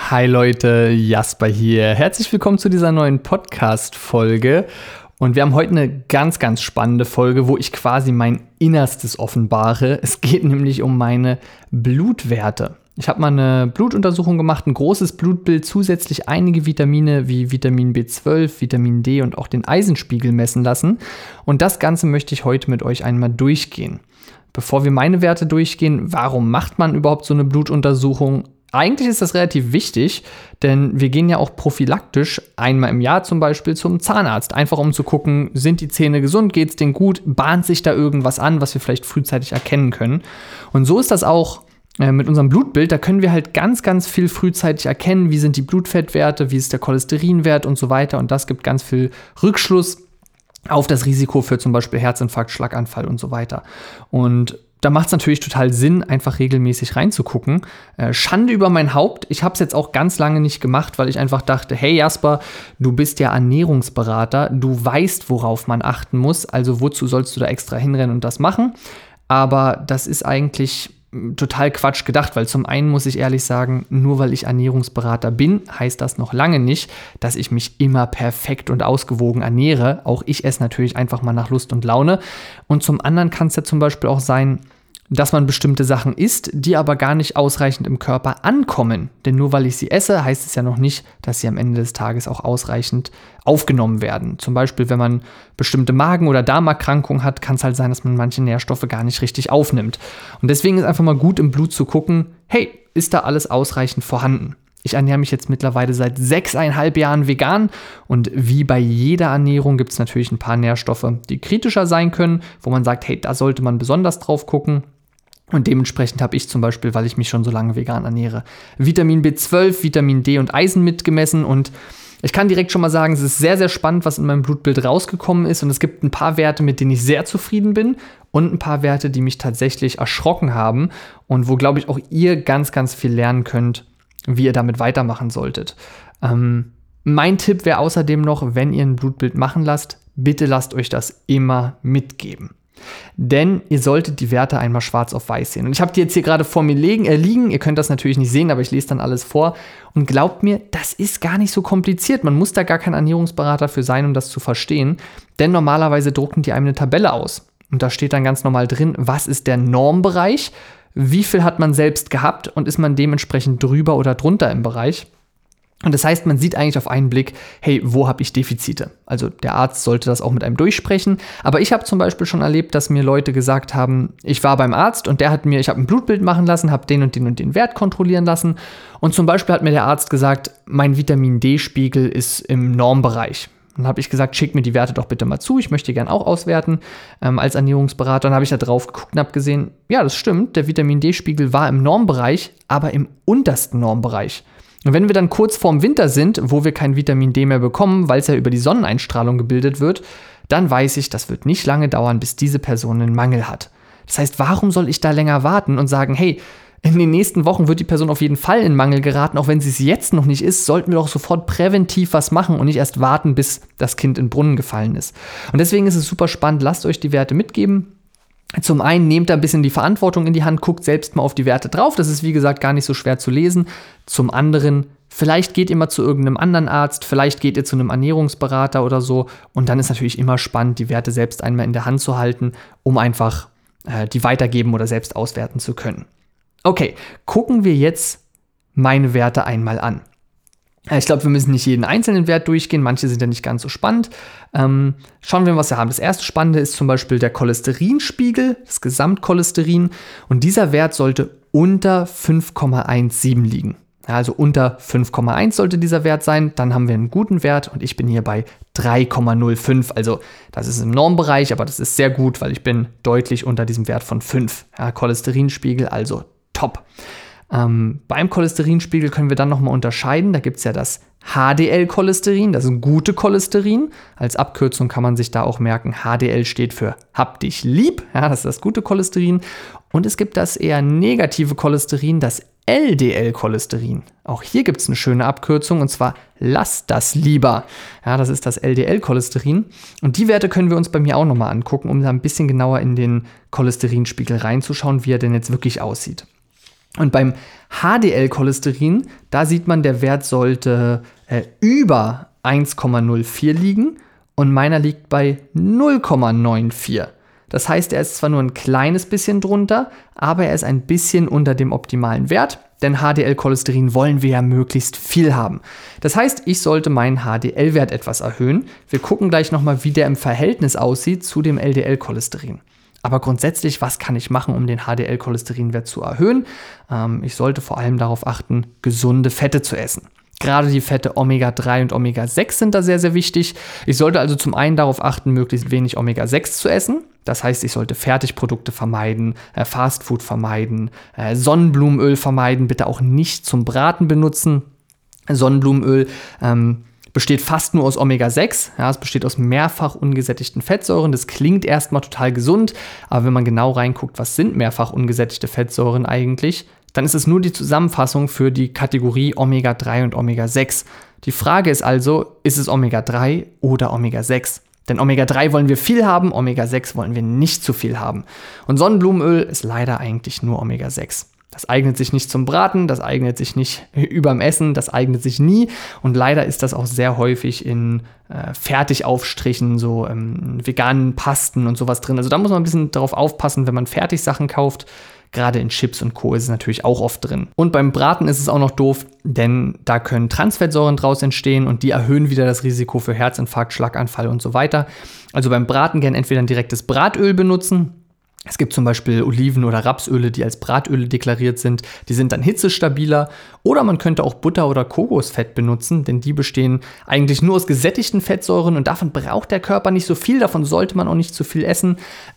Hi Leute, Jasper hier. Herzlich willkommen zu dieser neuen Podcast-Folge. Und wir haben heute eine ganz, ganz spannende Folge, wo ich quasi mein Innerstes offenbare. Es geht nämlich um meine Blutwerte. Ich habe mal eine Blutuntersuchung gemacht, ein großes Blutbild, zusätzlich einige Vitamine wie Vitamin B12, Vitamin D und auch den Eisenspiegel messen lassen. Und das Ganze möchte ich heute mit euch einmal durchgehen. Bevor wir meine Werte durchgehen, warum macht man überhaupt so eine Blutuntersuchung? Eigentlich ist das relativ wichtig, denn wir gehen ja auch prophylaktisch einmal im Jahr zum Beispiel zum Zahnarzt, einfach um zu gucken, sind die Zähne gesund, geht's denen gut, bahnt sich da irgendwas an, was wir vielleicht frühzeitig erkennen können. Und so ist das auch mit unserem Blutbild, da können wir halt ganz, ganz viel frühzeitig erkennen, wie sind die Blutfettwerte, wie ist der Cholesterinwert und so weiter, und das gibt ganz viel Rückschluss auf das Risiko für zum Beispiel Herzinfarkt, Schlaganfall und so weiter. Und da macht es natürlich total Sinn, einfach regelmäßig reinzugucken. Schande über mein Haupt. Ich habe es jetzt auch ganz lange nicht gemacht, weil ich einfach dachte, hey Jasper, du bist ja Ernährungsberater, du weißt, worauf man achten muss, also wozu sollst du da extra hinrennen und das machen? Aber das ist eigentlich total Quatsch gedacht, weil zum einen muss ich ehrlich sagen, nur weil ich Ernährungsberater bin, heißt das noch lange nicht, dass ich mich immer perfekt und ausgewogen ernähre. Auch ich esse natürlich einfach mal nach Lust und Laune. Und zum anderen kann es ja zum Beispiel auch sein, dass man bestimmte Sachen isst, die aber gar nicht ausreichend im Körper ankommen. Denn nur weil ich sie esse, heißt es ja noch nicht, dass sie am Ende des Tages auch ausreichend aufgenommen werden. Zum Beispiel, wenn man bestimmte Magen- oder Darmerkrankungen hat, kann es halt sein, dass man manche Nährstoffe gar nicht richtig aufnimmt. Und deswegen ist einfach mal gut im Blut zu gucken, hey, ist da alles ausreichend vorhanden? Ich ernähre mich jetzt mittlerweile seit 6,5 Jahren vegan, und wie bei jeder Ernährung gibt es natürlich ein paar Nährstoffe, die kritischer sein können, wo man sagt, hey, da sollte man besonders drauf gucken. Und dementsprechend habe ich zum Beispiel, weil ich mich schon so lange vegan ernähre, Vitamin B12, Vitamin D und Eisen mitgemessen, und ich kann direkt schon mal sagen, es ist sehr, sehr spannend, was in meinem Blutbild rausgekommen ist, und es gibt ein paar Werte, mit denen ich sehr zufrieden bin, und ein paar Werte, die mich tatsächlich erschrocken haben und wo, glaube ich, auch ihr ganz, ganz viel lernen könnt, wie ihr damit weitermachen solltet. Mein Tipp wäre außerdem noch, wenn ihr ein Blutbild machen lasst, bitte lasst euch das immer mitgeben. Denn ihr solltet die Werte einmal schwarz auf weiß sehen. Und ich habe die jetzt hier gerade vor mir liegen. Ihr könnt das natürlich nicht sehen, aber ich lese dann alles vor. Und glaubt mir, das ist gar nicht so kompliziert. Man muss da gar kein Ernährungsberater für sein, um das zu verstehen. Denn normalerweise drucken die einem eine Tabelle aus. Und da steht dann ganz normal drin, was ist der Normbereich, wie viel hat man selbst gehabt und ist man dementsprechend drüber oder drunter im Bereich. Und das heißt, man sieht eigentlich auf einen Blick, hey, wo habe ich Defizite? Also der Arzt sollte das auch mit einem durchsprechen. Aber ich habe zum Beispiel schon erlebt, dass mir Leute gesagt haben, ich war beim Arzt und ich habe ein Blutbild machen lassen, habe den und den Wert kontrollieren lassen. Und zum Beispiel hat mir der Arzt gesagt, mein Vitamin D-Spiegel ist im Normbereich. Dann habe ich gesagt, schick mir die Werte doch bitte mal zu, ich möchte die gerne auch auswerten als Ernährungsberater. Dann habe ich da drauf geguckt und habe gesehen, ja, das stimmt, der Vitamin D-Spiegel war im Normbereich, aber im untersten Normbereich. Und wenn wir dann kurz vorm Winter sind, wo wir kein Vitamin D mehr bekommen, weil es ja über die Sonneneinstrahlung gebildet wird, dann weiß ich, das wird nicht lange dauern, bis diese Person einen Mangel hat. Das heißt, warum soll ich da länger warten und sagen, hey, in den nächsten Wochen wird die Person auf jeden Fall in Mangel geraten, auch wenn sie es jetzt noch nicht ist, sollten wir doch sofort präventiv was machen und nicht erst warten, bis das Kind in den Brunnen gefallen ist. Und deswegen ist es super spannend, lasst euch die Werte mitgeben. Zum einen nehmt da ein bisschen die Verantwortung in die Hand, guckt selbst mal auf die Werte drauf. Das ist, wie gesagt, gar nicht so schwer zu lesen. Zum anderen, vielleicht geht ihr mal zu irgendeinem anderen Arzt, vielleicht geht ihr zu einem Ernährungsberater oder so. Und dann ist natürlich immer spannend, die Werte selbst einmal in der Hand zu halten, um einfach die weitergeben oder selbst auswerten zu können. Okay, gucken wir jetzt meine Werte einmal an. Ich glaube, wir müssen nicht jeden einzelnen Wert durchgehen, manche sind ja nicht ganz so spannend. Schauen wir mal, was wir haben. Das erste Spannende ist zum Beispiel der Cholesterinspiegel, das Gesamtcholesterin. Und dieser Wert sollte unter 5,17 liegen. Ja, also unter 5,1 sollte dieser Wert sein, dann haben wir einen guten Wert und ich bin hier bei 3,05. Also das ist im Normbereich, aber das ist sehr gut, weil ich bin deutlich unter diesem Wert von 5. Ja, Cholesterinspiegel, also top. Beim Cholesterinspiegel können wir dann nochmal unterscheiden. Da gibt es ja das HDL-Cholesterin, das ist gute Cholesterin. Als Abkürzung kann man sich da auch merken, HDL steht für hab dich lieb. Ja, das ist das gute Cholesterin. Und es gibt das eher negative Cholesterin, das LDL-Cholesterin. Auch hier gibt es eine schöne Abkürzung, und zwar lass das lieber. Ja, das ist das LDL-Cholesterin. Und die Werte können wir uns bei mir auch nochmal angucken, um da ein bisschen genauer in den Cholesterinspiegel reinzuschauen, wie er denn jetzt wirklich aussieht. Und beim HDL-Cholesterin, da sieht man, der Wert sollte über 1,04 liegen und meiner liegt bei 0,94. Das heißt, er ist zwar nur ein kleines bisschen drunter, aber er ist ein bisschen unter dem optimalen Wert, denn HDL-Cholesterin wollen wir ja möglichst viel haben. Das heißt, ich sollte meinen HDL-Wert etwas erhöhen. Wir gucken gleich nochmal, wie der im Verhältnis aussieht zu dem LDL-Cholesterin. Aber grundsätzlich, was kann ich machen, um den HDL-Cholesterinwert zu erhöhen? Ich sollte vor allem darauf achten, gesunde Fette zu essen. Gerade die Fette Omega-3 und Omega-6 sind da sehr, sehr wichtig. Ich sollte also zum einen darauf achten, möglichst wenig Omega-6 zu essen. Das heißt, ich sollte Fertigprodukte vermeiden, Fastfood vermeiden, Sonnenblumenöl vermeiden, bitte auch nicht zum Braten benutzen. Sonnenblumenöl besteht fast nur aus Omega-6. Ja, es besteht aus mehrfach ungesättigten Fettsäuren. Das klingt erstmal total gesund, aber wenn man genau reinguckt, was sind mehrfach ungesättigte Fettsäuren eigentlich, dann ist es nur die Zusammenfassung für die Kategorie Omega-3 und Omega-6. Die Frage ist also, ist es Omega-3 oder Omega-6? Denn Omega-3 wollen wir viel haben, Omega-6 wollen wir nicht zu viel haben. Und Sonnenblumenöl ist leider eigentlich nur Omega-6. Das eignet sich nicht zum Braten, das eignet sich nicht überm Essen, das eignet sich nie. Und leider ist das auch sehr häufig in Fertigaufstrichen, so veganen Pasten und sowas drin. Also da muss man ein bisschen darauf aufpassen, wenn man Fertigsachen kauft. Gerade in Chips und Co. ist es natürlich auch oft drin. Und beim Braten ist es auch noch doof, denn da können Transfettsäuren draus entstehen und die erhöhen wieder das Risiko für Herzinfarkt, Schlaganfall und so weiter. Also beim Braten gerne entweder ein direktes Bratöl benutzen. Es gibt zum Beispiel Oliven- oder Rapsöle, die als Bratöle deklariert sind. Die sind dann hitzestabiler. Oder man könnte auch Butter oder Kokosfett benutzen, denn die bestehen eigentlich nur aus gesättigten Fettsäuren und davon braucht der Körper nicht so viel. Davon sollte man auch nicht zu viel essen.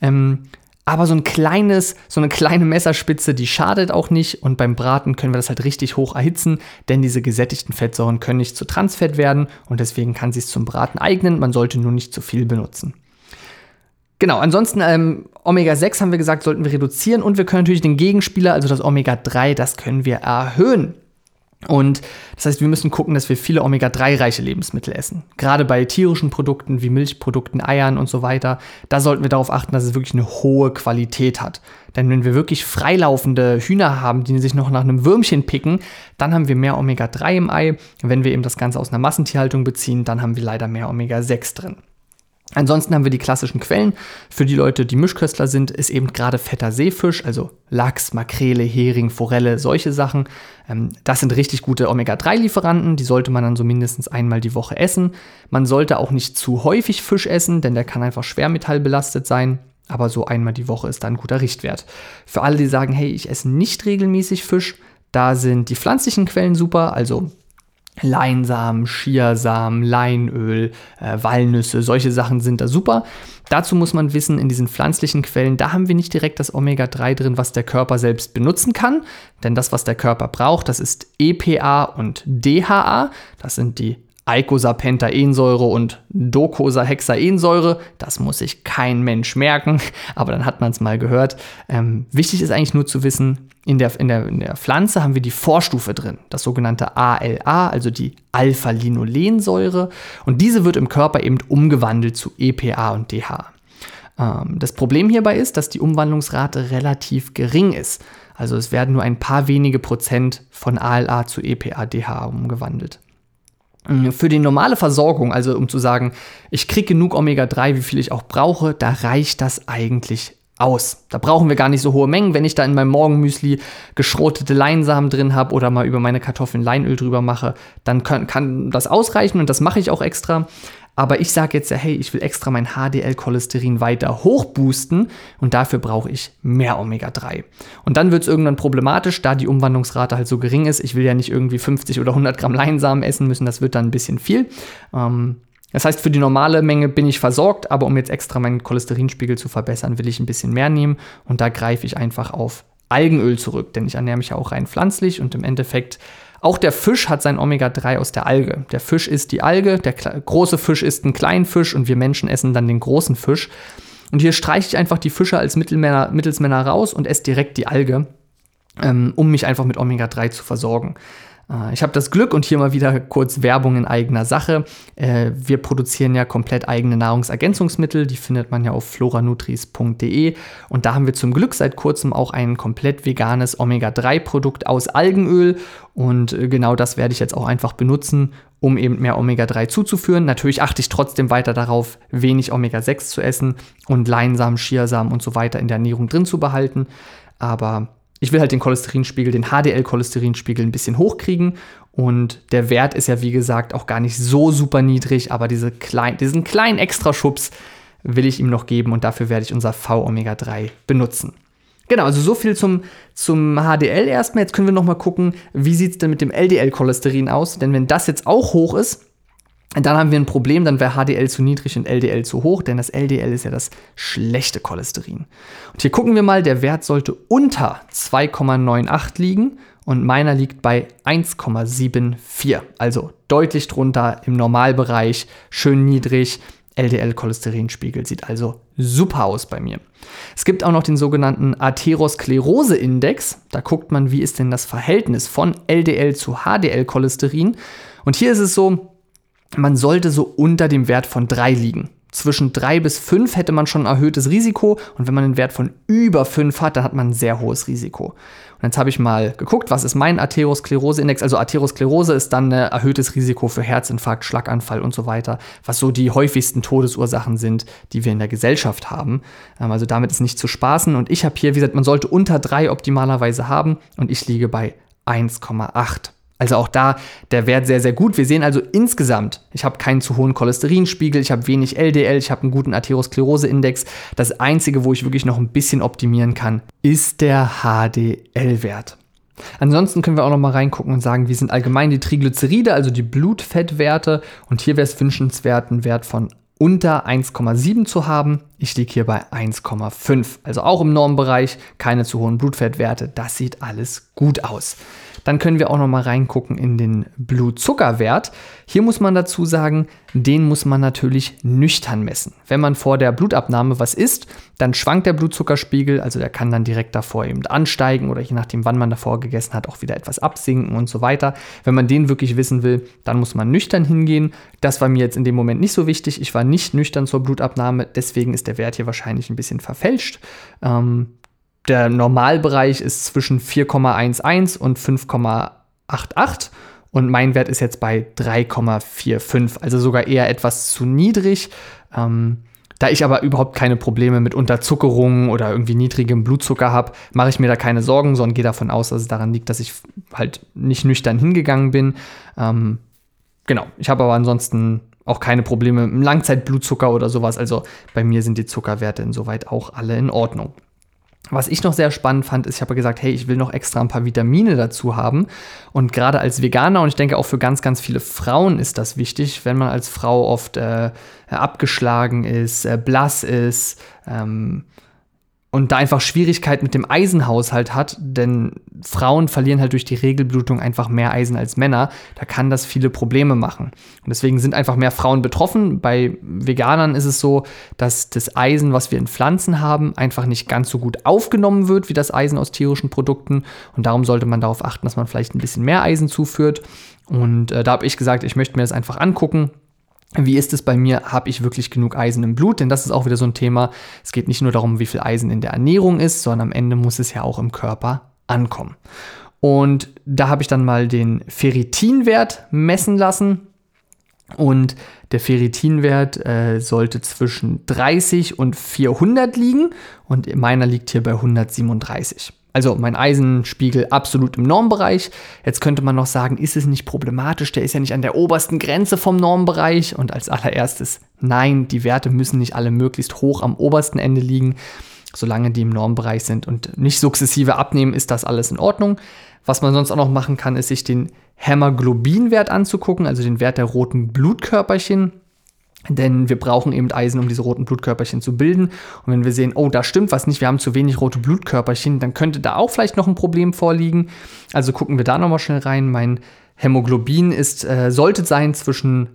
Aber so eine kleine Messerspitze, die schadet auch nicht. Und beim Braten können wir das halt richtig hoch erhitzen, denn diese gesättigten Fettsäuren können nicht zu Transfett werden und deswegen kann sich zum Braten eignen. Man sollte nur nicht zu viel benutzen. Genau, ansonsten Omega-6 haben wir gesagt, sollten wir reduzieren und wir können natürlich den Gegenspieler, also das Omega-3, das können wir erhöhen. Und das heißt, wir müssen gucken, dass wir viele Omega-3-reiche Lebensmittel essen. Gerade bei tierischen Produkten wie Milchprodukten, Eiern und so weiter, da sollten wir darauf achten, dass es wirklich eine hohe Qualität hat. Denn wenn wir wirklich freilaufende Hühner haben, die sich noch nach einem Würmchen picken, dann haben wir mehr Omega-3 im Ei. Wenn wir eben das Ganze aus einer Massentierhaltung beziehen, dann haben wir leider mehr Omega-6 drin. Ansonsten haben wir die klassischen Quellen. Für die Leute, die Mischköstler sind, ist eben gerade fetter Seefisch, also Lachs, Makrele, Hering, Forelle, solche Sachen. Das sind richtig gute Omega-3-Lieferanten, die sollte man dann so mindestens einmal die Woche essen. Man sollte auch nicht zu häufig Fisch essen, denn der kann einfach schwermetallbelastet sein. Aber so einmal die Woche ist da ein guter Richtwert. Für alle, die sagen, hey, ich esse nicht regelmäßig Fisch, da sind die pflanzlichen Quellen super, also Leinsamen, Chiasamen, Leinöl, Walnüsse, solche Sachen sind da super. Dazu muss man wissen, in diesen pflanzlichen Quellen, da haben wir nicht direkt das Omega-3 drin, was der Körper selbst benutzen kann. Denn das, was der Körper braucht, das ist EPA und DHA. Das sind die Eicosapentaensäure und Docosahexaensäure. Das muss sich kein Mensch merken, aber dann hat man es mal gehört. Wichtig ist eigentlich nur zu wissen, in der Pflanze haben wir die Vorstufe drin, das sogenannte ALA, also die Alpha-Linolensäure. Und diese wird im Körper eben umgewandelt zu EPA und DHA. Das Problem hierbei ist, dass die Umwandlungsrate relativ gering ist. Also es werden nur ein paar wenige Prozent von ALA zu EPA, DHA umgewandelt. Für die normale Versorgung, also um zu sagen, ich kriege genug Omega-3, wie viel ich auch brauche, da reicht das eigentlich aus. Da brauchen wir gar nicht so hohe Mengen. Wenn ich da in meinem Morgenmüsli geschrotete Leinsamen drin habe oder mal über meine Kartoffeln Leinöl drüber mache, dann kann das ausreichen und das mache ich auch extra. Aber ich sage jetzt ja, hey, ich will extra mein HDL-Cholesterin weiter hochboosten und dafür brauche ich mehr Omega-3. Und dann wird es irgendwann problematisch, da die Umwandlungsrate halt so gering ist. Ich will ja nicht irgendwie 50 oder 100 Gramm Leinsamen essen müssen, das wird dann ein bisschen viel. Das heißt, für die normale Menge bin ich versorgt, aber um jetzt extra meinen Cholesterinspiegel zu verbessern, will ich ein bisschen mehr nehmen und da greife ich einfach auf Algenöl zurück, denn ich ernähre mich ja auch rein pflanzlich und im Endeffekt auch der Fisch hat sein Omega-3 aus der Alge. Der Fisch isst die Alge, der große Fisch isst einen kleinen Fisch und wir Menschen essen dann den großen Fisch. Und hier streiche ich einfach die Fische als Mittelsmänner raus und esse direkt die Alge, um mich einfach mit Omega-3 zu versorgen. Ich habe das Glück, und hier mal wieder kurz Werbung in eigener Sache. Wir produzieren ja komplett eigene Nahrungsergänzungsmittel. Die findet man ja auf floranutris.de. Und da haben wir zum Glück seit kurzem auch ein komplett veganes Omega-3-Produkt aus Algenöl. Und genau das werde ich jetzt auch einfach benutzen, um eben mehr Omega-3 zuzuführen. Natürlich achte ich trotzdem weiter darauf, wenig Omega-6 zu essen und Leinsamen, Chiasamen und so weiter in der Ernährung drin zu behalten. Aber ich will halt den Cholesterinspiegel, den HDL-Cholesterinspiegel ein bisschen hochkriegen. Und der Wert ist ja, wie gesagt, auch gar nicht so super niedrig. Aber diesen kleinen Extraschubs will ich ihm noch geben. Und dafür werde ich unser V-Omega-3 benutzen. Genau, also so viel zum HDL erstmal. Jetzt können wir noch mal gucken, wie sieht es denn mit dem LDL-Cholesterin aus? Denn wenn das jetzt auch hoch ist, dann haben wir ein Problem, dann wäre HDL zu niedrig und LDL zu hoch, denn das LDL ist ja das schlechte Cholesterin. Und hier gucken wir mal, der Wert sollte unter 2,98 liegen und meiner liegt bei 1,74. Also deutlich drunter im Normalbereich, schön niedrig. LDL-Cholesterinspiegel sieht also super aus bei mir. Es gibt auch noch den sogenannten Atherosklerose-Index. Da guckt man, wie ist denn das Verhältnis von LDL zu HDL-Cholesterin. Und hier ist es so, man sollte so unter dem Wert von 3 liegen. Zwischen 3 bis 5 hätte man schon ein erhöhtes Risiko. Und wenn man einen Wert von über 5 hat, dann hat man ein sehr hohes Risiko. Und jetzt habe ich mal geguckt, was ist mein Atherosklerose-Index? Also Atherosklerose ist dann ein erhöhtes Risiko für Herzinfarkt, Schlaganfall und so weiter, was so die häufigsten Todesursachen sind, die wir in der Gesellschaft haben. Also damit ist nicht zu spaßen. Und ich habe hier, wie gesagt, man sollte unter 3 optimalerweise haben und ich liege bei 1,8. Also auch da der Wert sehr, sehr gut. Wir sehen also insgesamt, ich habe keinen zu hohen Cholesterinspiegel, ich habe wenig LDL, ich habe einen guten Atherosklerose-Index. Das Einzige, wo ich wirklich noch ein bisschen optimieren kann, ist der HDL-Wert. Ansonsten können wir auch noch mal reingucken und sagen, wie sind allgemein die Triglyceride, also die Blutfettwerte. Und hier wäre es wünschenswert, einen Wert von unter 1,7 zu haben. Ich liege hier bei 1,5. Also auch im Normbereich, keine zu hohen Blutfettwerte. Das sieht alles gut aus. Dann können wir auch noch mal reingucken in den Blutzuckerwert. Hier muss man dazu sagen, den muss man natürlich nüchtern messen. Wenn man vor der Blutabnahme was isst, dann schwankt der Blutzuckerspiegel, also der kann dann direkt davor eben ansteigen oder je nachdem, wann man davor gegessen hat, auch wieder etwas absinken und so weiter. Wenn man den wirklich wissen will, dann muss man nüchtern hingehen. Das war mir jetzt in dem Moment nicht so wichtig. Ich war nicht nüchtern zur Blutabnahme, deswegen ist der Wert hier wahrscheinlich ein bisschen verfälscht. Der Normalbereich ist zwischen 4,11 und 5,88 und mein Wert ist jetzt bei 3,45, also sogar eher etwas zu niedrig. Da ich aber überhaupt keine Probleme mit Unterzuckerung oder irgendwie niedrigem Blutzucker habe, mache ich mir da keine Sorgen, sondern gehe davon aus, dass es daran liegt, dass ich halt nicht nüchtern hingegangen bin. Genau, ich habe aber ansonsten auch keine Probleme mit dem Langzeitblutzucker oder sowas. Also bei mir sind die Zuckerwerte insoweit auch alle in Ordnung. Was ich noch sehr spannend fand, ist, ich habe gesagt, hey, ich will noch extra ein paar Vitamine dazu haben. Und gerade als Veganer, und ich denke auch für ganz, ganz viele Frauen ist das wichtig, wenn man als Frau oft abgeschlagen ist, blass ist, und da einfach Schwierigkeit mit dem Eisenhaushalt hat, denn Frauen verlieren halt durch die Regelblutung einfach mehr Eisen als Männer. Da kann das viele Probleme machen. Und deswegen sind einfach mehr Frauen betroffen. Bei Veganern ist es so, dass das Eisen, was wir in Pflanzen haben, einfach nicht ganz so gut aufgenommen wird wie das Eisen aus tierischen Produkten. Und darum sollte man darauf achten, dass man vielleicht ein bisschen mehr Eisen zuführt. Und da habe ich gesagt, ich möchte mir das einfach angucken. Wie ist es bei mir? Habe ich wirklich genug Eisen im Blut? Denn das ist auch wieder so ein Thema. Es geht nicht nur darum, wie viel Eisen in der Ernährung ist, sondern am Ende muss es ja auch im Körper ankommen. Und da habe ich dann mal den Ferritinwert messen lassen. Und der Ferritinwert sollte zwischen 30 und 400 liegen. Und meiner liegt hier bei 137. Also mein Eisenspiegel absolut im Normbereich. Jetzt könnte man noch sagen, ist es nicht problematisch? Der ist ja nicht an der obersten Grenze vom Normbereich. Und als allererstes, nein, die Werte müssen nicht alle möglichst hoch am obersten Ende liegen. Solange die im Normbereich sind und nicht sukzessive abnehmen, ist das alles in Ordnung. Was man sonst auch noch machen kann, ist sich den Hämoglobinwert anzugucken, also den Wert der roten Blutkörperchen. Denn wir brauchen eben Eisen, um diese roten Blutkörperchen zu bilden. Und wenn wir sehen, oh, da stimmt was nicht, wir haben zu wenig rote Blutkörperchen, dann könnte da auch vielleicht noch ein Problem vorliegen. Also gucken wir da nochmal schnell rein. Mein Hämoglobin sollte sein zwischen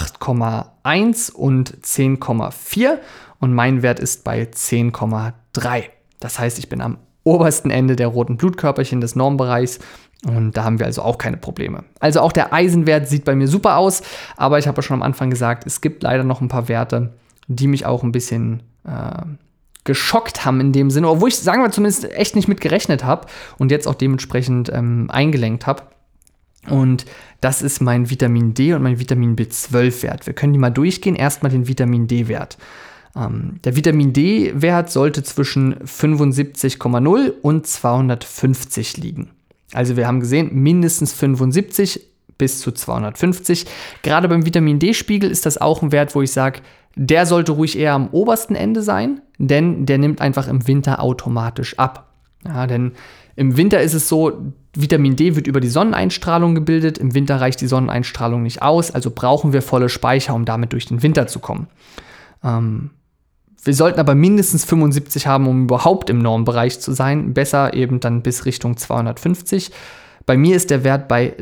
8,1 und 10,4 und mein Wert ist bei 10,3. Das heißt, ich bin am obersten Ende der roten Blutkörperchen des Normbereichs Und da haben wir also auch keine Probleme. Also auch der Eisenwert sieht bei mir super aus, aber ich habe ja schon am Anfang gesagt, es gibt leider noch ein paar Werte, die mich auch ein bisschen geschockt haben in dem Sinne, obwohl ich, sagen wir zumindest, echt nicht mit gerechnet habe und jetzt auch dementsprechend eingelenkt habe. Und das ist mein Vitamin D und mein Vitamin B12-Wert. Wir können die mal durchgehen. Erstmal den Vitamin D-Wert. Der Vitamin D-Wert sollte zwischen 75,0 und 250 liegen. Also wir haben gesehen, mindestens 75 bis zu 250. Gerade beim Vitamin D-Spiegel ist das auch ein Wert, wo ich sage, der sollte ruhig eher am obersten Ende sein, denn der nimmt einfach im Winter automatisch ab. Ja, denn im Winter ist es so, Vitamin D wird über die Sonneneinstrahlung gebildet. Im Winter reicht die Sonneneinstrahlung nicht aus, also brauchen wir volle Speicher, um damit durch den Winter zu kommen. Wir sollten aber mindestens 75 haben, um überhaupt im Normbereich zu sein. Besser eben dann bis Richtung 250. Bei mir ist der Wert bei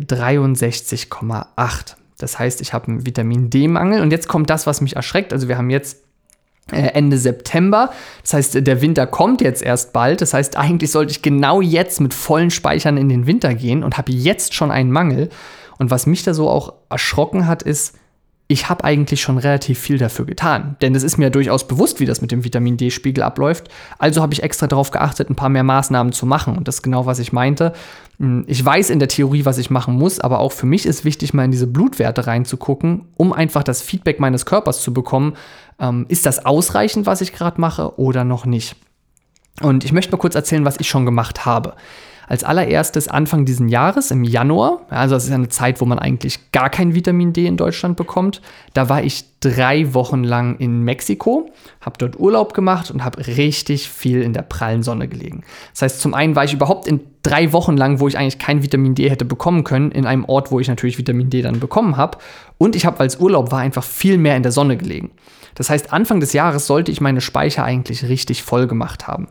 63,8. Das heißt, ich habe einen Vitamin D-Mangel. Und jetzt kommt das, was mich erschreckt. Also wir haben jetzt Ende September. Das heißt, der Winter kommt jetzt erst bald. Das heißt, eigentlich sollte ich genau jetzt mit vollen Speichern in den Winter gehen und habe jetzt schon einen Mangel. Und was mich da so auch erschrocken hat, ist, ich habe eigentlich schon relativ viel dafür getan. Denn es ist mir durchaus bewusst, wie das mit dem Vitamin D-Spiegel abläuft. Also habe ich extra darauf geachtet, ein paar mehr Maßnahmen zu machen. Und das ist genau, was ich meinte. Ich weiß in der Theorie, was ich machen muss, aber auch für mich ist wichtig, mal in diese Blutwerte reinzugucken, um einfach das Feedback meines Körpers zu bekommen. Ist das ausreichend, was ich gerade mache oder noch nicht? Und ich möchte mal kurz erzählen, was ich schon gemacht habe. Als allererstes Anfang diesen Jahres, im Januar, also das ist eine Zeit, wo man eigentlich gar kein Vitamin D in Deutschland bekommt, da war ich 3 Wochen lang in Mexiko, habe dort Urlaub gemacht und habe richtig viel in der prallen Sonne gelegen. Das heißt, zum einen war ich überhaupt in 3 Wochen lang, wo ich eigentlich kein Vitamin D hätte bekommen können, in einem Ort, wo ich natürlich Vitamin D dann bekommen habe. Und ich habe, weil es Urlaub war, einfach viel mehr in der Sonne gelegen. Das heißt, Anfang des Jahres sollte ich meine Speicher eigentlich richtig voll gemacht haben.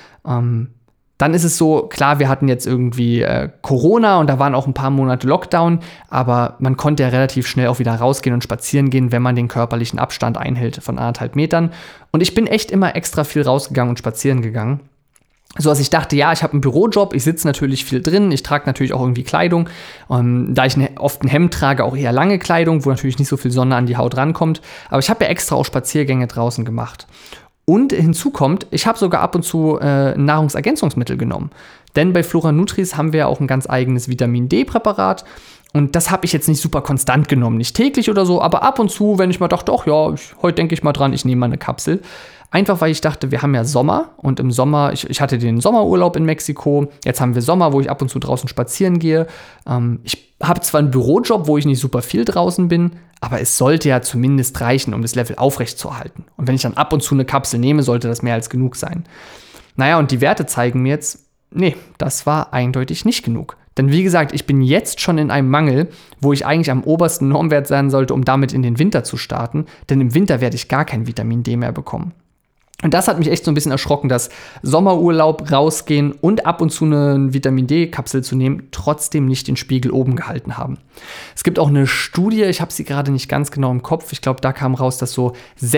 Dann ist es so, klar, wir hatten jetzt irgendwie Corona und da waren auch ein paar Monate Lockdown, aber man konnte ja relativ schnell auch wieder rausgehen und spazieren gehen, wenn man den körperlichen Abstand einhält von 1,5 Metern. Und ich bin echt immer extra viel rausgegangen und spazieren gegangen. So dass ich dachte, ja, ich habe einen Bürojob, ich sitze natürlich viel drin, ich trage natürlich auch irgendwie Kleidung. Da ich oft ein Hemd trage, auch eher lange Kleidung, wo natürlich nicht so viel Sonne an die Haut rankommt. Aber ich habe ja extra auch Spaziergänge draußen gemacht. Und hinzu kommt, ich habe sogar ab und zu Nahrungsergänzungsmittel genommen. Denn bei Flora Nutris haben wir ja auch ein ganz eigenes Vitamin D-Präparat. Und das habe ich jetzt nicht super konstant genommen, nicht täglich oder so, aber ab und zu, wenn ich mal dachte, ach ja, heute denke ich mal dran, ich nehme mal eine Kapsel. Einfach, weil ich dachte, wir haben ja Sommer und im Sommer, ich hatte den Sommerurlaub in Mexiko, jetzt haben wir Sommer, wo ich ab und zu draußen spazieren gehe. Ich habe zwar einen Bürojob, wo ich nicht super viel draußen bin, aber es sollte ja zumindest reichen, um das Level aufrechtzuerhalten. Und wenn ich dann ab und zu eine Kapsel nehme, sollte das mehr als genug sein. Naja, und die Werte zeigen mir jetzt, nee, das war eindeutig nicht genug. Denn wie gesagt, ich bin jetzt schon in einem Mangel, wo ich eigentlich am obersten Normwert sein sollte, um damit in den Winter zu starten. Denn im Winter werde ich gar kein Vitamin D mehr bekommen. Und das hat mich echt so ein bisschen erschrocken, dass Sommerurlaub, rausgehen und ab und zu eine Vitamin-D-Kapsel zu nehmen, trotzdem nicht den Spiegel oben gehalten haben. Es gibt auch eine Studie, ich habe sie gerade nicht ganz genau im Kopf, ich glaube, da kam raus, dass so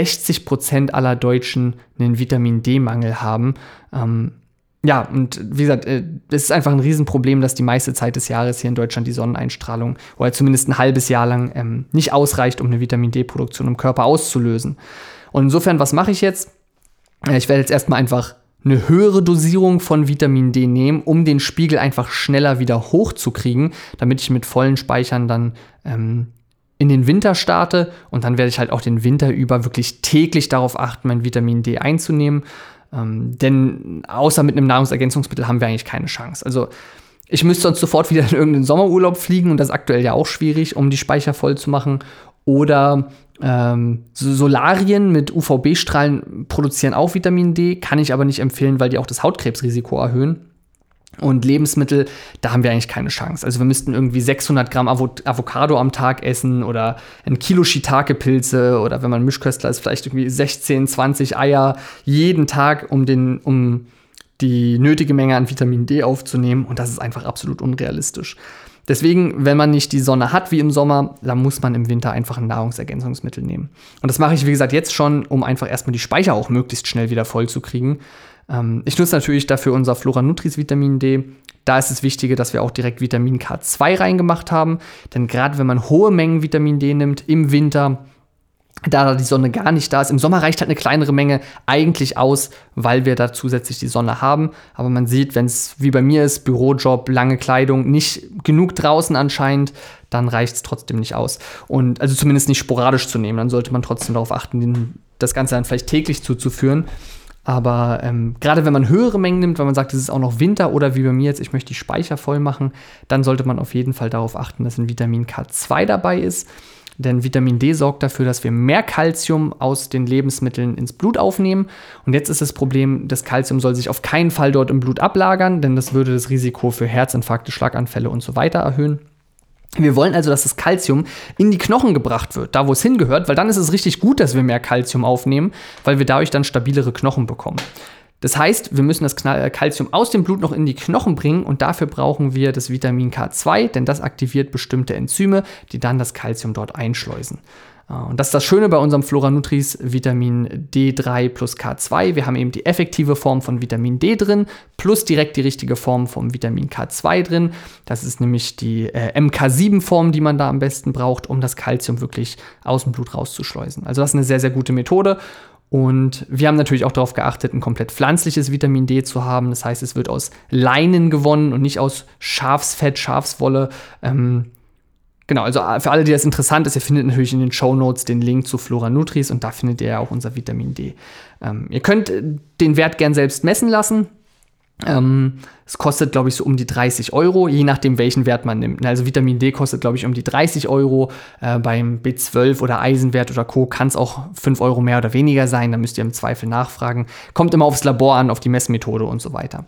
60% aller Deutschen einen Vitamin-D-Mangel haben. Ja, und wie gesagt, es ist einfach ein Riesenproblem, dass die meiste Zeit des Jahres hier in Deutschland die Sonneneinstrahlung oder zumindest ein halbes Jahr lang nicht ausreicht, um eine Vitamin-D-Produktion im Körper auszulösen. Und insofern, was mache ich jetzt? Ich werde jetzt erstmal einfach eine höhere Dosierung von Vitamin D nehmen, um den Spiegel einfach schneller wieder hochzukriegen, damit ich mit vollen Speichern dann in den Winter starte. Und dann werde ich halt auch den Winter über wirklich täglich darauf achten, mein Vitamin D einzunehmen. Denn außer mit einem Nahrungsergänzungsmittel haben wir eigentlich keine Chance. Also ich müsste sonst sofort wieder in irgendeinen Sommerurlaub fliegen und das ist aktuell ja auch schwierig, um die Speicher voll zu machen. Oder Solarien mit UVB-Strahlen produzieren auch Vitamin D, kann ich aber nicht empfehlen, weil die auch das Hautkrebsrisiko erhöhen. Und Lebensmittel, da haben wir eigentlich keine Chance. Also wir müssten irgendwie 600 Gramm Avocado am Tag essen oder 1 Kilo Shiitake-Pilze oder wenn man Mischköstler ist, vielleicht irgendwie 16, 20 Eier jeden Tag, um die nötige Menge an Vitamin D aufzunehmen. Und das ist einfach absolut unrealistisch. Deswegen, wenn man nicht die Sonne hat wie im Sommer, dann muss man im Winter einfach ein Nahrungsergänzungsmittel nehmen. Und das mache ich, wie gesagt, jetzt schon, um einfach erstmal die Speicher auch möglichst schnell wieder voll zu kriegen. Ich nutze natürlich dafür unser Flora Nutris Vitamin D. Da ist es wichtig, dass wir auch direkt Vitamin K2 reingemacht haben, denn gerade wenn man hohe Mengen Vitamin D nimmt im Winter, da die Sonne gar nicht da ist. Im Sommer reicht halt eine kleinere Menge eigentlich aus, weil wir da zusätzlich die Sonne haben. Aber man sieht, wenn es wie bei mir ist, Bürojob, lange Kleidung, nicht genug draußen anscheinend, dann reicht es trotzdem nicht aus. Und also zumindest nicht sporadisch zu nehmen. Dann sollte man trotzdem darauf achten, das Ganze dann vielleicht täglich zuzuführen. Aber gerade wenn man höhere Mengen nimmt, wenn man sagt, es ist auch noch Winter oder wie bei mir jetzt, ich möchte die Speicher voll machen, dann sollte man auf jeden Fall darauf achten, dass ein Vitamin K2 dabei ist. Denn Vitamin D sorgt dafür, dass wir mehr Kalzium aus den Lebensmitteln ins Blut aufnehmen. Und jetzt ist das Problem, das Kalzium soll sich auf keinen Fall dort im Blut ablagern, denn das würde das Risiko für Herzinfarkte, Schlaganfälle und so weiter erhöhen. Wir wollen also, dass das Kalzium in die Knochen gebracht wird, da wo es hingehört, weil dann ist es richtig gut, dass wir mehr Kalzium aufnehmen, weil wir dadurch dann stabilere Knochen bekommen. Das heißt, wir müssen das Kalzium aus dem Blut noch in die Knochen bringen und dafür brauchen wir das Vitamin K2, denn das aktiviert bestimmte Enzyme, die dann das Kalzium dort einschleusen. Und das ist das Schöne bei unserem Flora-Nutris Vitamin D3 plus K2. Wir haben eben die effektive Form von Vitamin D drin, plus direkt die richtige Form vom Vitamin K2 drin. Das ist nämlich die MK7-Form, die man da am besten braucht, um das Kalzium wirklich aus dem Blut rauszuschleusen. Also das ist eine sehr, sehr gute Methode. Und wir haben natürlich auch darauf geachtet, ein komplett pflanzliches Vitamin D zu haben. Das heißt, es wird aus Leinen gewonnen und nicht aus Schafsfett, Schafswolle. Genau, also für alle, die das interessant ist, ihr findet natürlich in den Shownotes den Link zu Flora-Nutris und da findet ihr ja auch unser Vitamin D. Ihr könnt den Wert gern selbst messen lassen. Es kostet, glaube ich, so um die 30 €, je nachdem, welchen Wert man nimmt. Also Vitamin D kostet, glaube ich, um die 30 €. Beim B12 oder Eisenwert oder Co. kann es auch 5 € mehr oder weniger sein. Da müsst ihr im Zweifel nachfragen. Kommt immer aufs Labor an, auf die Messmethode und so weiter.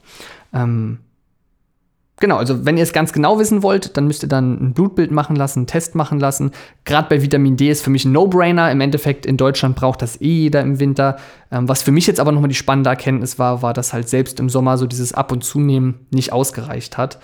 Genau, also wenn ihr es ganz genau wissen wollt, dann müsst ihr dann ein Blutbild machen lassen, einen Test machen lassen. Gerade bei Vitamin D ist für mich ein No-Brainer. Im Endeffekt in Deutschland braucht das jeder im Winter. Was für mich jetzt aber nochmal die spannende Erkenntnis war, dass halt selbst im Sommer so dieses Ab- und Zunehmen nicht ausgereicht hat.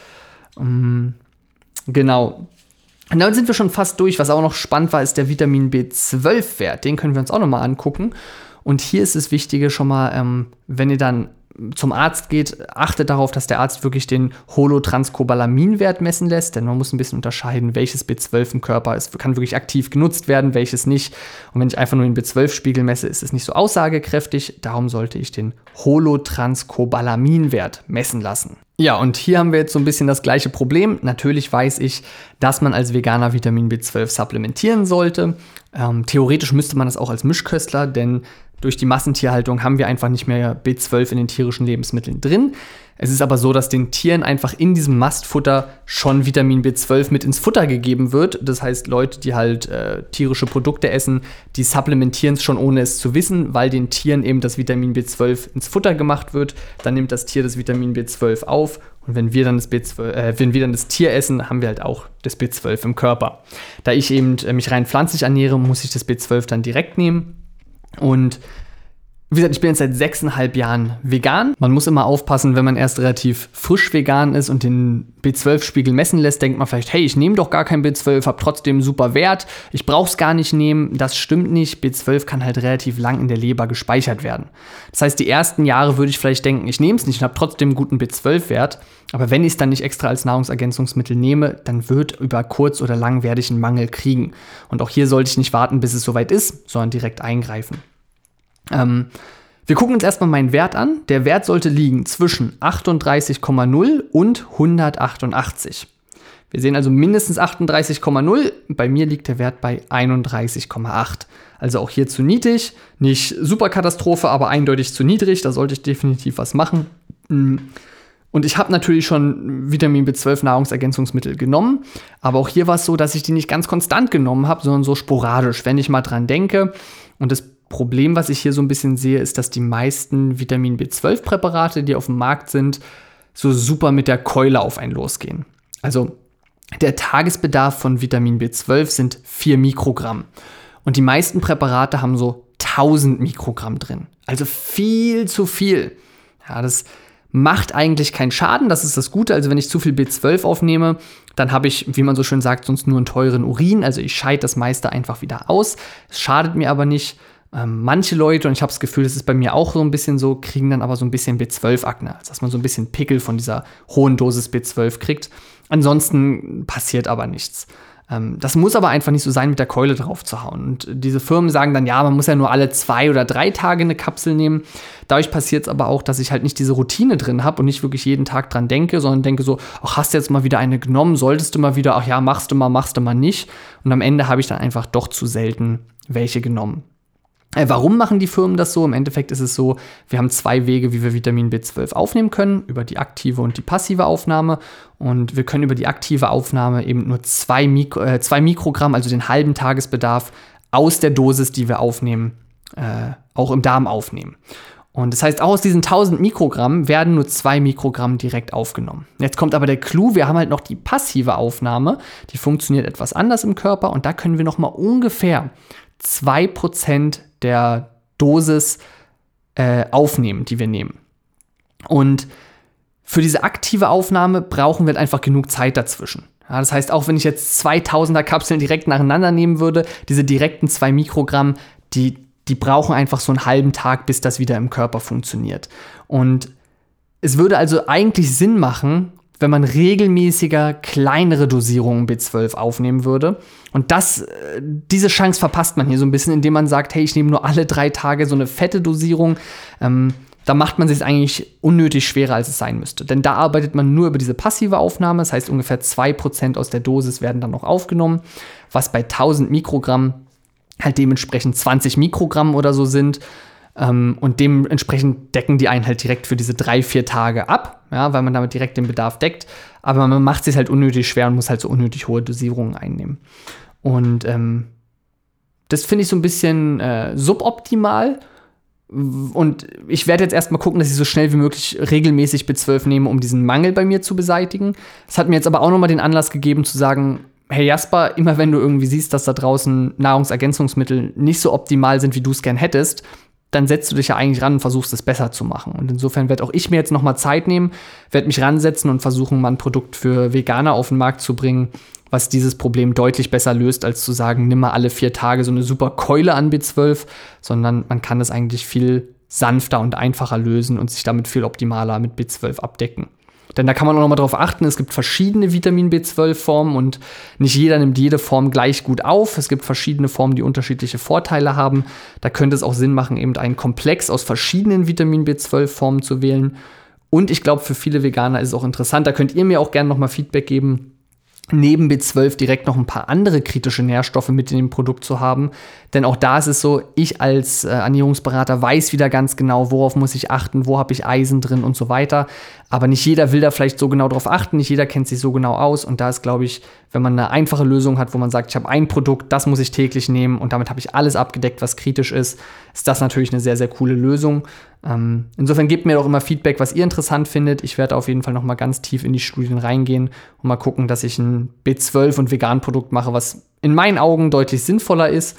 Genau. Und damit sind wir schon fast durch. Was auch noch spannend war, ist der Vitamin B12-Wert. Den können wir uns auch nochmal angucken. Und hier ist das Wichtige schon mal, wenn ihr dann zum Arzt geht, achtet darauf, dass der Arzt wirklich den Holotranscobalamin-Wert messen lässt, denn man muss ein bisschen unterscheiden, welches B12 im Körper ist, kann wirklich aktiv genutzt werden, welches nicht. Und wenn ich einfach nur den B12-Spiegel messe, ist es nicht so aussagekräftig. Darum sollte ich den Holotranscobalamin-Wert messen lassen. Ja, und hier haben wir jetzt so ein bisschen das gleiche Problem. Natürlich weiß ich, dass man als Veganer Vitamin B12 supplementieren sollte. Theoretisch müsste man das auch als Mischköstler, denn durch die Massentierhaltung haben wir einfach nicht mehr B12 in den tierischen Lebensmitteln drin. Es ist aber so, dass den Tieren einfach in diesem Mastfutter schon Vitamin B12 mit ins Futter gegeben wird. Das heißt, Leute, die halt tierische Produkte essen, die supplementieren es schon ohne es zu wissen, weil den Tieren eben das Vitamin B12 ins Futter gemacht wird. Dann nimmt das Tier das Vitamin B12 auf und wenn wir dann das Tier essen, haben wir halt auch das B12 im Körper. Da ich eben mich rein pflanzlich ernähre, muss ich das B12 dann direkt nehmen. Und wie gesagt, ich bin jetzt seit 6,5 Jahren vegan. Man muss immer aufpassen, wenn man erst relativ frisch vegan ist und den B12-Spiegel messen lässt, denkt man vielleicht, hey, ich nehme doch gar kein B12, habe trotzdem einen super Wert, ich brauche es gar nicht nehmen. Das stimmt nicht. B12 kann halt relativ lang in der Leber gespeichert werden. Das heißt, die ersten Jahre würde ich vielleicht denken, ich nehme es nicht und habe trotzdem einen guten B12-Wert. Aber wenn ich es dann nicht extra als Nahrungsergänzungsmittel nehme, dann wird über kurz oder lang werde ich einen Mangel kriegen. Und auch hier sollte ich nicht warten, bis es soweit ist, sondern direkt eingreifen. Wir gucken uns erstmal meinen Wert an. Der Wert sollte liegen zwischen 38,0 und 188. Wir sehen also mindestens 38,0. Bei mir liegt der Wert bei 31,8. Also auch hier zu niedrig. Nicht super Katastrophe, aber eindeutig zu niedrig. Da sollte ich definitiv was machen. Und ich habe natürlich schon Vitamin B12 Nahrungsergänzungsmittel genommen. Aber auch hier war es so, dass ich die nicht ganz konstant genommen habe, sondern so sporadisch, wenn ich mal dran denke. Und das Problem, was ich hier so ein bisschen sehe, ist, dass die meisten Vitamin B12-Präparate, die auf dem Markt sind, so super mit der Keule auf einen losgehen. Also der Tagesbedarf von Vitamin B12 sind 4 Mikrogramm. Und die meisten Präparate haben so 1000 Mikrogramm drin. Also viel zu viel. Ja, das macht eigentlich keinen Schaden, das ist das Gute. Also wenn ich zu viel B12 aufnehme, dann habe ich, wie man so schön sagt, sonst nur einen teuren Urin. Also ich scheide das meiste einfach wieder aus. Es schadet mir aber nicht. Manche Leute, und ich habe das Gefühl, das ist bei mir auch so ein bisschen so, kriegen dann aber so ein bisschen B12-Akne, also dass man so ein bisschen Pickel von dieser hohen Dosis B12 kriegt. Ansonsten passiert aber nichts. Das muss aber einfach nicht so sein, mit der Keule drauf zu hauen. Und diese Firmen sagen dann, ja, man muss ja nur alle 2 oder 3 Tage eine Kapsel nehmen. Dadurch passiert es aber auch, dass ich halt nicht diese Routine drin habe und nicht wirklich jeden Tag dran denke, sondern denke so, ach, hast du jetzt mal wieder eine genommen, solltest du mal wieder, ach ja, machst du mal nicht. Und am Ende habe ich dann einfach doch zu selten welche genommen. Warum machen die Firmen das so? Im Endeffekt ist es so, wir haben 2 Wege, wie wir Vitamin B12 aufnehmen können, über die aktive und die passive Aufnahme. Und wir können über die aktive Aufnahme eben nur 2 Mikrogramm, also den halben Tagesbedarf aus der Dosis, die wir aufnehmen, auch im Darm aufnehmen. Und das heißt, auch aus diesen 1000 Mikrogramm werden nur 2 Mikrogramm direkt aufgenommen. Jetzt kommt aber der Clou, wir haben halt noch die passive Aufnahme, die funktioniert etwas anders im Körper und da können wir noch mal ungefähr 2% der Dosis aufnehmen, die wir nehmen. Und für diese aktive Aufnahme brauchen wir halt einfach genug Zeit dazwischen. Ja, das heißt, auch wenn ich jetzt 2000er Kapseln direkt nacheinander nehmen würde, diese direkten 2 Mikrogramm, die brauchen einfach so einen halben Tag, bis das wieder im Körper funktioniert. Und es würde also eigentlich Sinn machen, wenn man regelmäßiger kleinere Dosierungen B12 aufnehmen würde. Und diese Chance verpasst man hier so ein bisschen, indem man sagt, hey, ich nehme nur alle 3 Tage so eine fette Dosierung. Da macht man es sich eigentlich unnötig schwerer, als es sein müsste. Denn da arbeitet man nur über diese passive Aufnahme. Das heißt, ungefähr 2% aus der Dosis werden dann noch aufgenommen, was bei 1000 Mikrogramm halt dementsprechend 20 Mikrogramm oder so sind. Und dementsprechend decken die einen halt direkt für diese 3-4 Tage ab, ja, weil man damit direkt den Bedarf deckt. Aber man macht es sich halt unnötig schwer und muss halt so unnötig hohe Dosierungen einnehmen. Und das finde ich so ein bisschen suboptimal. Und ich werde jetzt erstmal gucken, dass ich so schnell wie möglich regelmäßig B12 nehme, um diesen Mangel bei mir zu beseitigen. Das hat mir jetzt aber auch nochmal den Anlass gegeben zu sagen, hey Jasper, immer wenn du irgendwie siehst, dass da draußen Nahrungsergänzungsmittel nicht so optimal sind, wie du es gern hättest, dann setzt du dich ja eigentlich ran und versuchst es besser zu machen. Und insofern werde auch ich mir jetzt nochmal Zeit nehmen, werde mich ransetzen und versuchen, mal ein Produkt für Veganer auf den Markt zu bringen, was dieses Problem deutlich besser löst, als zu sagen, nimm mal alle 4 Tage so eine super Keule an B12, sondern man kann das eigentlich viel sanfter und einfacher lösen und sich damit viel optimaler mit B12 abdecken. Denn da kann man auch noch mal drauf achten, es gibt verschiedene Vitamin B12-Formen und nicht jeder nimmt jede Form gleich gut auf. Es gibt verschiedene Formen, die unterschiedliche Vorteile haben. Da könnte es auch Sinn machen, eben einen Komplex aus verschiedenen Vitamin B12-Formen zu wählen. Und ich glaube, für viele Veganer ist es auch interessant, da könnt ihr mir auch gerne noch mal Feedback geben, neben B12 direkt noch ein paar andere kritische Nährstoffe mit in dem Produkt zu haben. Denn auch da ist es so, ich als Ernährungsberater weiß wieder ganz genau, worauf muss ich achten, wo habe ich Eisen drin und so weiter. Aber nicht jeder will da vielleicht so genau drauf achten, nicht jeder kennt sich so genau aus. Und da ist, glaube ich, wenn man eine einfache Lösung hat, wo man sagt, ich habe ein Produkt, das muss ich täglich nehmen und damit habe ich alles abgedeckt, was kritisch ist das natürlich eine sehr, sehr coole Lösung. Insofern gebt mir doch immer Feedback, was ihr interessant findet. Ich werde auf jeden Fall noch mal ganz tief in die Studien reingehen und mal gucken, dass ich ein B12 und Vegan-Produkt mache, was in meinen Augen deutlich sinnvoller ist.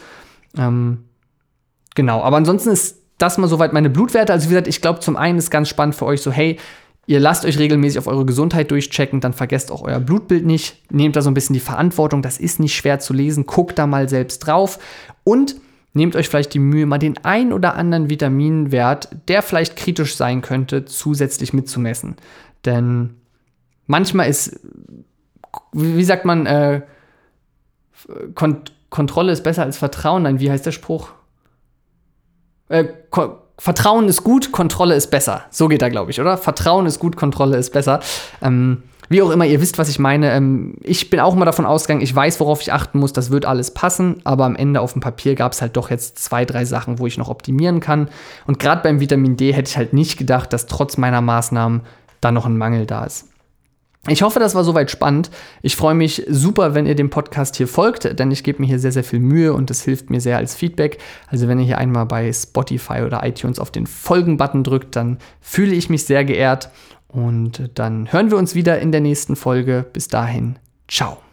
Genau, aber ansonsten ist das mal soweit meine Blutwerte. Also wie gesagt, ich glaube, zum einen ist ganz spannend für euch so, hey, ihr lasst euch regelmäßig auf eure Gesundheit durchchecken, dann vergesst auch euer Blutbild nicht. Nehmt da so ein bisschen die Verantwortung, das ist nicht schwer zu lesen. Guckt da mal selbst drauf und nehmt euch vielleicht die Mühe, mal den ein oder anderen Vitaminwert, der vielleicht kritisch sein könnte, zusätzlich mitzumessen. Denn manchmal ist, wie sagt man, Kontrolle ist besser als Vertrauen. Nein, wie heißt der Spruch? Vertrauen ist gut, Kontrolle ist besser. So geht er, glaube ich, oder? Vertrauen ist gut, Kontrolle ist besser. Wie auch immer, ihr wisst, was ich meine. Ich bin auch immer davon ausgegangen, ich weiß, worauf ich achten muss, das wird alles passen, aber am Ende auf dem Papier gab es halt doch jetzt 2, 3 Sachen, wo ich noch optimieren kann. Und gerade beim Vitamin D hätte ich halt nicht gedacht, dass trotz meiner Maßnahmen da noch ein Mangel da ist. Ich hoffe, das war soweit spannend. Ich freue mich super, wenn ihr dem Podcast hier folgt, denn ich gebe mir hier sehr, sehr viel Mühe und das hilft mir sehr als Feedback. Also wenn ihr hier einmal bei Spotify oder iTunes auf den Folgen-Button drückt, dann fühle ich mich sehr geehrt. Und dann hören wir uns wieder in der nächsten Folge. Bis dahin, ciao.